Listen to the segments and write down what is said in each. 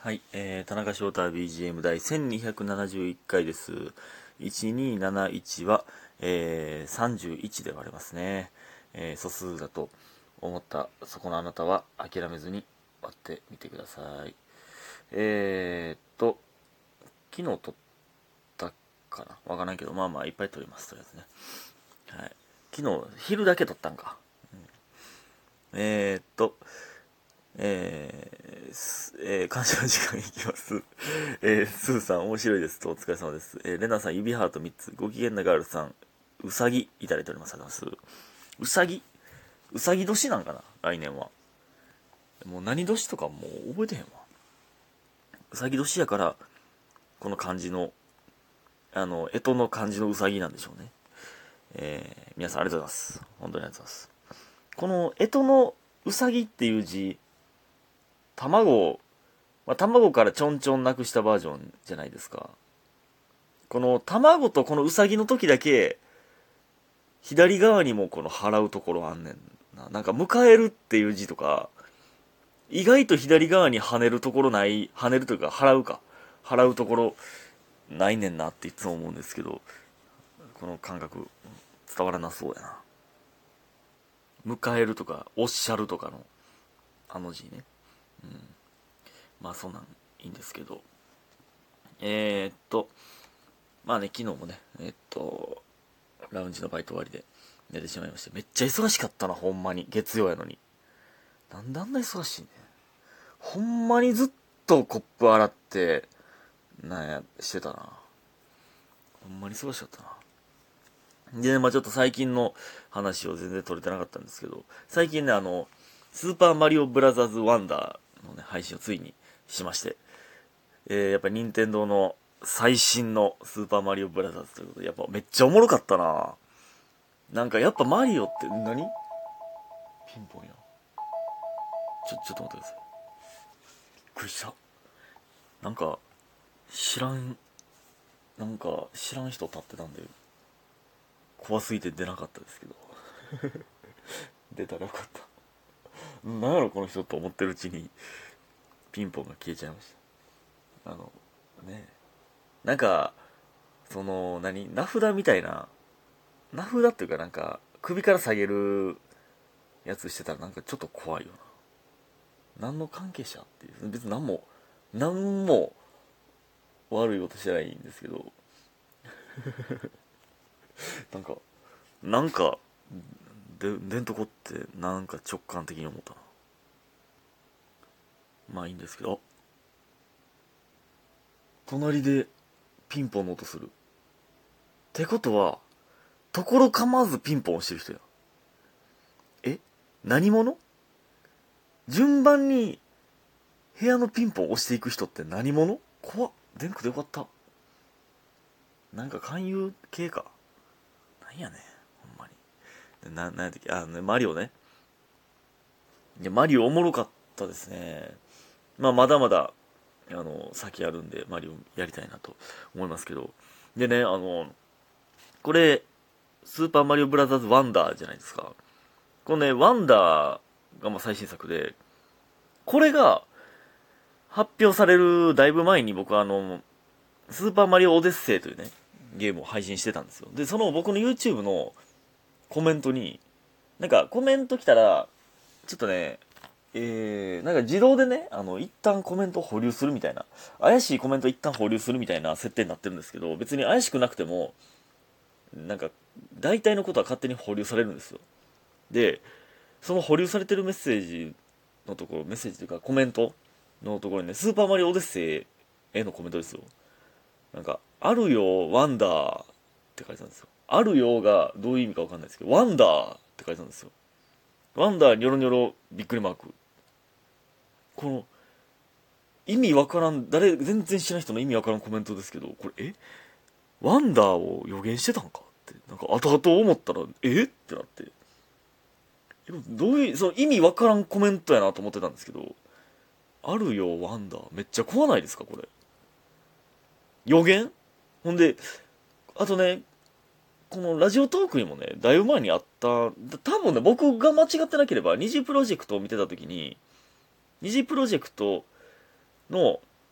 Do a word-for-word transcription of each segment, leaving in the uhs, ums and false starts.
はい、えー、田中翔太 ビージーエム 第せんにひゃくななじゅういっかいです。いちにーなないちは、えー、さんじゅういちで割れますね。えー、素数だと思ったそこのあなたは諦めずに割ってみてください。えーっと、昨日撮ったかなわからんけど、まあまあいっぱい撮ります、とりあえずね。はい。昨日、昼だけ撮ったんか。うん、えーっと、えーえー感謝の時間いきます。えー、スーさん、面白いですと、お疲れ様です。えー、レナさん、指ハートみっつ、ご機嫌なガールさん、うさぎ、いただいております。ありがとうございます。うさぎうさぎ年なんかな来年は。もう何年とかもう覚えてへんわ。うさぎ年やから、この漢字の、あの、干支の漢字のうさぎなんでしょうね。えー、皆さんありがとうございます。本当にありがとうございます。この干支のうさぎっていう字、卵、まあ、卵からちょんちょんなくしたバージョンじゃないですか。この卵とこのうさぎの時だけ、左側にもこの払うところあんねんな。なんか迎えるっていう字とか、意外と左側に跳ねるところない、跳ねるというか払うか。払うところないねんなっていつも思うんですけど、この感覚伝わらなそうやな。迎えるとか、おっしゃるとかの、あの字ね。うん。まあそんなんいいんですけど。えー、っと、まあね、昨日もね、えー、っと、ラウンジのバイト終わりで寝てしまいまして、めっちゃ忙しかったな、ほんまに。月曜やのに。なんであんな忙しいね。ほんまにずっとコップ洗って、なんや、してたな。ほんまに忙しかったな。で、まあちょっと最近の話を全然取れてなかったんですけど、最近ね、あの、スーパーマリオブラザーズワンダーのね、配信をついにしまして、えー、やっぱり任天堂の最新のスーパーマリオブラザーズということで、やっぱめっちゃおもろかったな。なんかやっぱマリオって何、ピンポンや。ちょ、ちょっと待ってください。びっくりした。なんか、知らん、なんか知らん人立ってたんで、怖すぎて出なかったですけど。出たらよかった。なんやろこの人と思ってるうちに、ピンポンが消えちゃいました。あの、ねなんか、その、何名札みたいな、名札っていうかなんか、首から下げるやつしてたらなんかちょっと怖いよな。何の関係者っていう。別に何も、何も悪いことしてないんですけど、なんか、なんか、で、でんとこってなんか直感的に思ったな。まあいいんですけど、隣でピンポンの音する。ってことは、ところ構わずピンポン押してる人や。え何者？順番に部屋のピンポン押していく人って何者？怖っ。出んくてよかった。なんか勧誘系か。なんやねん。ほんまに。な、なんやったっけ。あ、ね、マリオね。いや、マリオおもろかったですね。まあ、まだまだ、あの、先あるんで、マリオやりたいなと思いますけど。でね、あの、これ、スーパーマリオブラザーズワンダーじゃないですか。このね、ワンダーがまあ最新作で、これが発表されるだいぶ前に僕はあの、スーパーマリオオデッセイというね、ゲームを配信してたんですよ。で、その僕の YouTube のコメントに、なんかコメント来たら、ちょっとね、えー、なんか自動でね、あの、一旦コメントを保留するみたいな、怪しいコメント一旦保留するみたいな設定になってるんですけど、別に怪しくなくても、なんか、大体のことは勝手に保留されるんですよ。で、その保留されてるメッセージのところ、メッセージというかコメントのところにね、スーパーマリオオデッセイへのコメントですよ。なんか、あるよ、ワンダーって書いてたんですよ。あるよがどういう意味かわかんないですけど、ワンダーって書いてたんですよ。ワンダーニョロニョロびっくりマーク。この、意味わからん、誰、全然知らない人の意味わからんコメントですけど、これ、えワンダーを予言してたんかって、なんか後々思ったら、えってなって。どういう、その意味わからんコメントやなと思ってたんですけど、あるよ、ワンダー。めっちゃ怖ないですか、これ。予言ほんで、あとね、このラジオトークにもね、だいぶ前にあった、多分ね、僕が間違ってなければ、二次プロジェクトを見てたときに、二次プロジェクトの、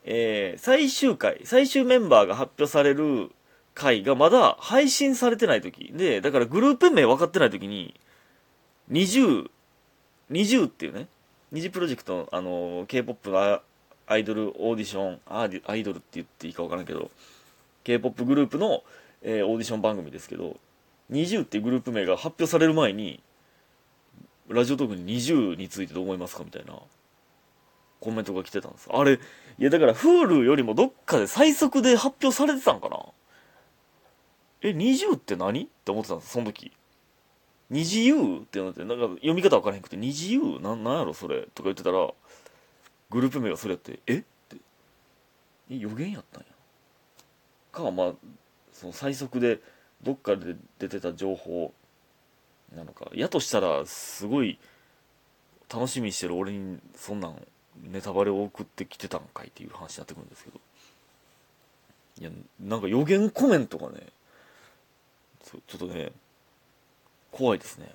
えー、最終回、最終メンバーが発表される回がまだ配信されてない時で、だからグループ名分かってない時に、にじゅう、にじゅうっていうね、にじゅうプロジェクトの、あのー、K-ポップ のアイドルオーディション、アイドルって言っていいか分からんけど、K-ポップ グループの、えー、オーディション番組ですけど、にじゅうっていうグループ名が発表される前に、ラジオトークににじゅうについてどう思いますかみたいなコメントが来てたんです。あれ、いやだから Hulu よりもどっかで最速で発表されてたんかな。え、にじゅうって何って思ってたんです、その時。にじゆうってなって、なんか読み方わからへんくて、にじゆうな、なんやろそれとか言ってたら、グループ名がそれやって、えって。え、予言やったんや。か、まあ、その最速でどっかで出てた情報なのか。やとしたら、すごい楽しみにしてる俺に、そんなんネタバレを送ってきてたんかいっていう話になってくるんですけど。いや、なんか予言コメントがね、ちょっとね、怖いですね。うん、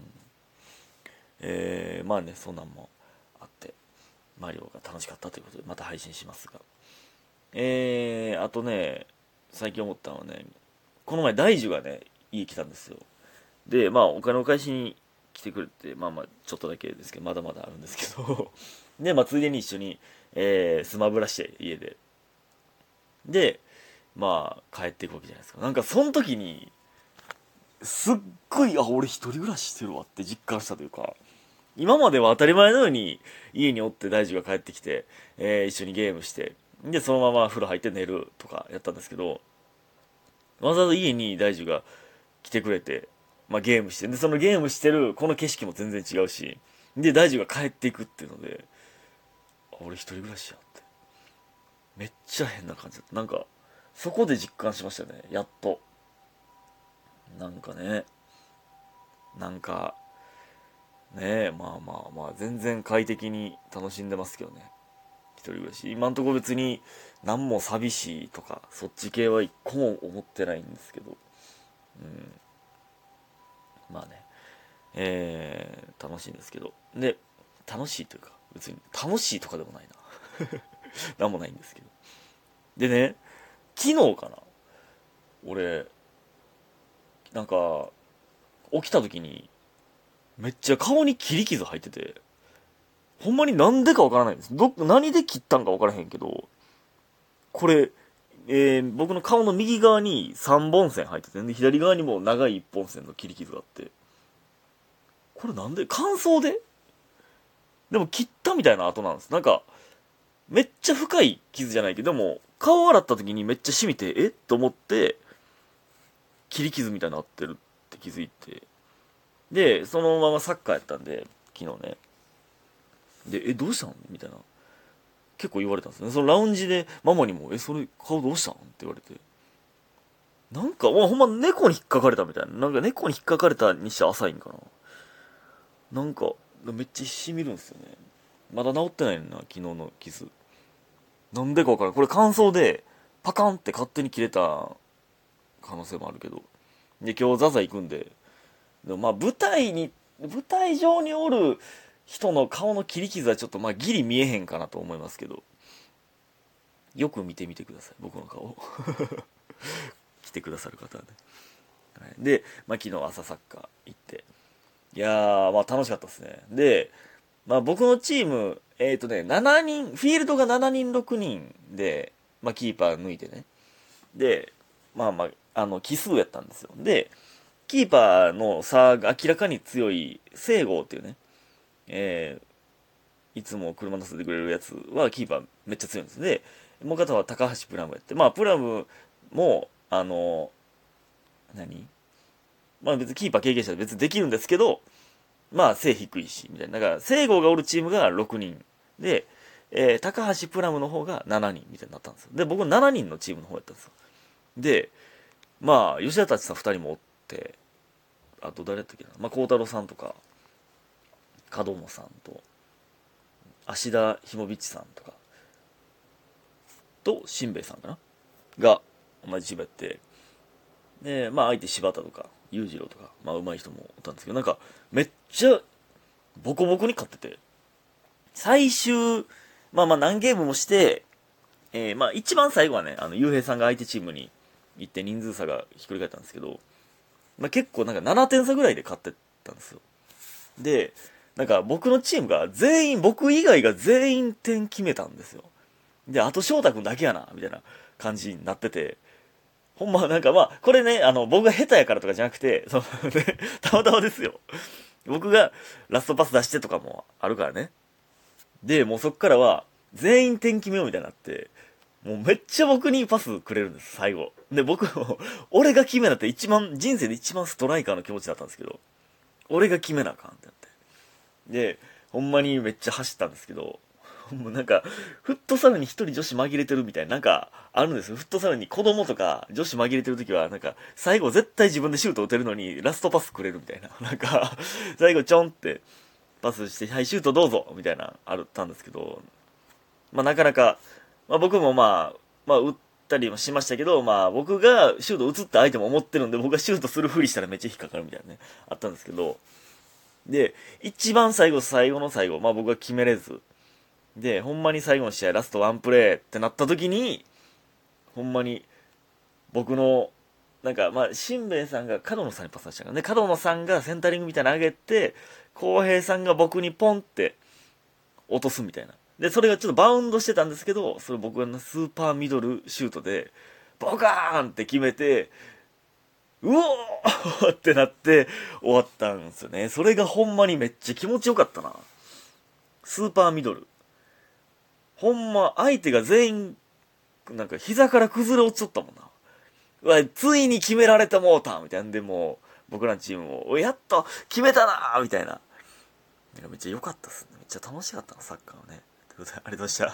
えー、まあね、そんなんもあって、マリオが楽しかったということで、また配信しますが。えー、あとね、最近思ったのはね、この前大樹がね、家来たんですよ。で、まあ、お金を返しに来てくれて、まあまあ、ちょっとだけですけど、まだまだあるんですけど、で、まあ、ついでに一緒に、えー、スマブラして、家で。で、まあ、帰っていくわけじゃないですか。なんか、その時に、すっごい、あ、俺一人暮らししてるわって実感したというか、今までは当たり前のように家におって大樹が帰ってきて、えー、一緒にゲームして、で、そのまま風呂入って寝るとかやったんですけど、わざわざ家に大樹が来てくれて、まあゲームして、で、そのゲームしてるこの景色も全然違うし、で、大樹が帰っていくっていうので、あ、俺一人暮らしやって。めっちゃ変な感じだった。なんか、そこで実感しましたね。やっと。なんかね、なんか、ねえ、まあまあまあ、全然快適に楽しんでますけどね。一人暮らし。今んとこ別に何も寂しいとか、そっち系は一個も思ってないんですけど。うん。まあね。えー、楽しいんですけど。で、楽しいというか、別に楽しいとかでもないな。なんもないんですけど。でね、昨日かな。俺、なんか、起きた時に、めっちゃ顔に切り傷入ってて、ほんまになんでかわからないんです。ど、何で切ったんかわからへんけど、これ、えー、僕の顔の右側にさんぼん線入ってて、で、左側にも長いいっぽん線の切り傷があって、これなんで乾燥ででも切ったみたいな跡なんです。なんか、めっちゃ深い傷じゃないけど、でも、顔洗った時にめっちゃ染みて、えっと思って、切り傷みたいになってるって気づいて、で、そのままサッカーやったんで、昨日ね。で、え、どうしたんみたいな。結構言われたんですね。そのラウンジでママにも、え、それ顔どうしたんって言われて。なんか、まあ、ほんま猫に引っかかれたみたいな。なんか猫に引っかかれたにしては浅いんかな。なんか、めっちゃ染みるんですよね。まだ治ってないねんな、昨日の傷。なんでかわからん。これ乾燥で、パカンって勝手に切れた可能性もあるけど。で、今日ザザ行くんで。でもまあ、舞台に、舞台上におる人の顔の切り傷はちょっとまあ、ギリ見えへんかなと思いますけど。よく見てみてください、僕の顔。来てくださる方はね。はい、で、まあ、昨日朝サッカー行って。いやー、まあ楽しかったですね。で、まあ僕のチーム、えっとね、しちにん、フィールドがしちにん、ろくにんで、まあキーパー抜いてね。で、まあまあ、あの、奇数やったんですよ。で、キーパーの差が明らかに強い、聖郷っていうね、えー、いつも車乗せてくれるやつはキーパーめっちゃ強いんです。で、もう片は高橋プラムやって、まあプラムも、あの、何まあ別にキーパー経験者で別にできるんですけど、まあ背低いし、みたいな。だから、聖郷がおるチームがろくにん。で、えー、高橋プラムの方がしちにんみたいになったんですよ。で、僕しちにんのチームの方やったんですよ。で、まあ、吉田たちさんふたりもおって、あと誰やったっけな。まあ、孝太郎さんとか、門野さんと、芦田ひもびちさんとか、と、しんべヱさんかなが、同じチームやって、で、まあ相手柴田とか、裕次郎とか、まあ上手い人もおったんですけど、なんか、めっちゃ、ボコボコに勝ってて、最終、まあまあ何ゲームもして、 えー、まあ一番最後はね、あの、ゆうへいさんが相手チームに行って人数差がひっくり返ったんですけど、まあ結構なんかななてん差ぐらいで勝ってたんですよ。で、なんか僕のチームが全員、僕以外が全員点決めたんですよ。で、あと翔太くんだけやな、みたいな感じになってて、ほんまなんかまあ、これね、あの、僕が下手やからとかじゃなくて、そのね、たまたまですよ。僕がラストパス出してとかもあるからね。で、もうそっからは、全員点決めようみたいになって、もうめっちゃ僕にパスくれるんです、最後。で、僕も、俺が決めなって一番、人生で一番ストライカーの気持ちだったんですけど、俺が決めなあかんってなって。で、ほんまにめっちゃ走ったんですけど、もうなんか、フットサルに一人女子紛れてるみたいな、なんか、あるんですよ。フットサルに子供とか女子紛れてるときは、なんか、最後絶対自分でシュート打てるのに、ラストパスくれるみたいな。なんか、最後ちょんって、パスして、はい、シュートどうぞみたいな、あったんですけど、まあなかなか、まあ僕もまあ、まあ打ったりもしましたけど、まあ僕がシュート打つって相手も思ってるんで、僕がシュートするふりしたらめっちゃ引っかかるみたいなね、あったんですけど、で、一番最後、最後の最後、まあ僕が決めれず、で、ほんまに最後の試合、ラストワンプレーってなった時に、ほんまに、僕の、なんか、まあ、しんべヱさんが角野さんにパス出したからね、角野さんがセンタリングみたいなの上げて、浩平さんが僕にポンって落とすみたいな。で、それがちょっとバウンドしてたんですけど、それ僕がスーパーミドルシュートで、ボカーンって決めて、うおーってなって終わったんですよね。それがほんまにめっちゃ気持ちよかったな。スーパーミドル。ほんま、相手が全員、なんか膝から崩れ落ちとったもんな。うわ、ついに決められたもうたみたいなんで、もう、僕らのチームも、おやっと決めたなみたいな。めっちゃ良かったっすね。めっちゃ楽しかったな、サッカーはね。ということで、ありがとうございました。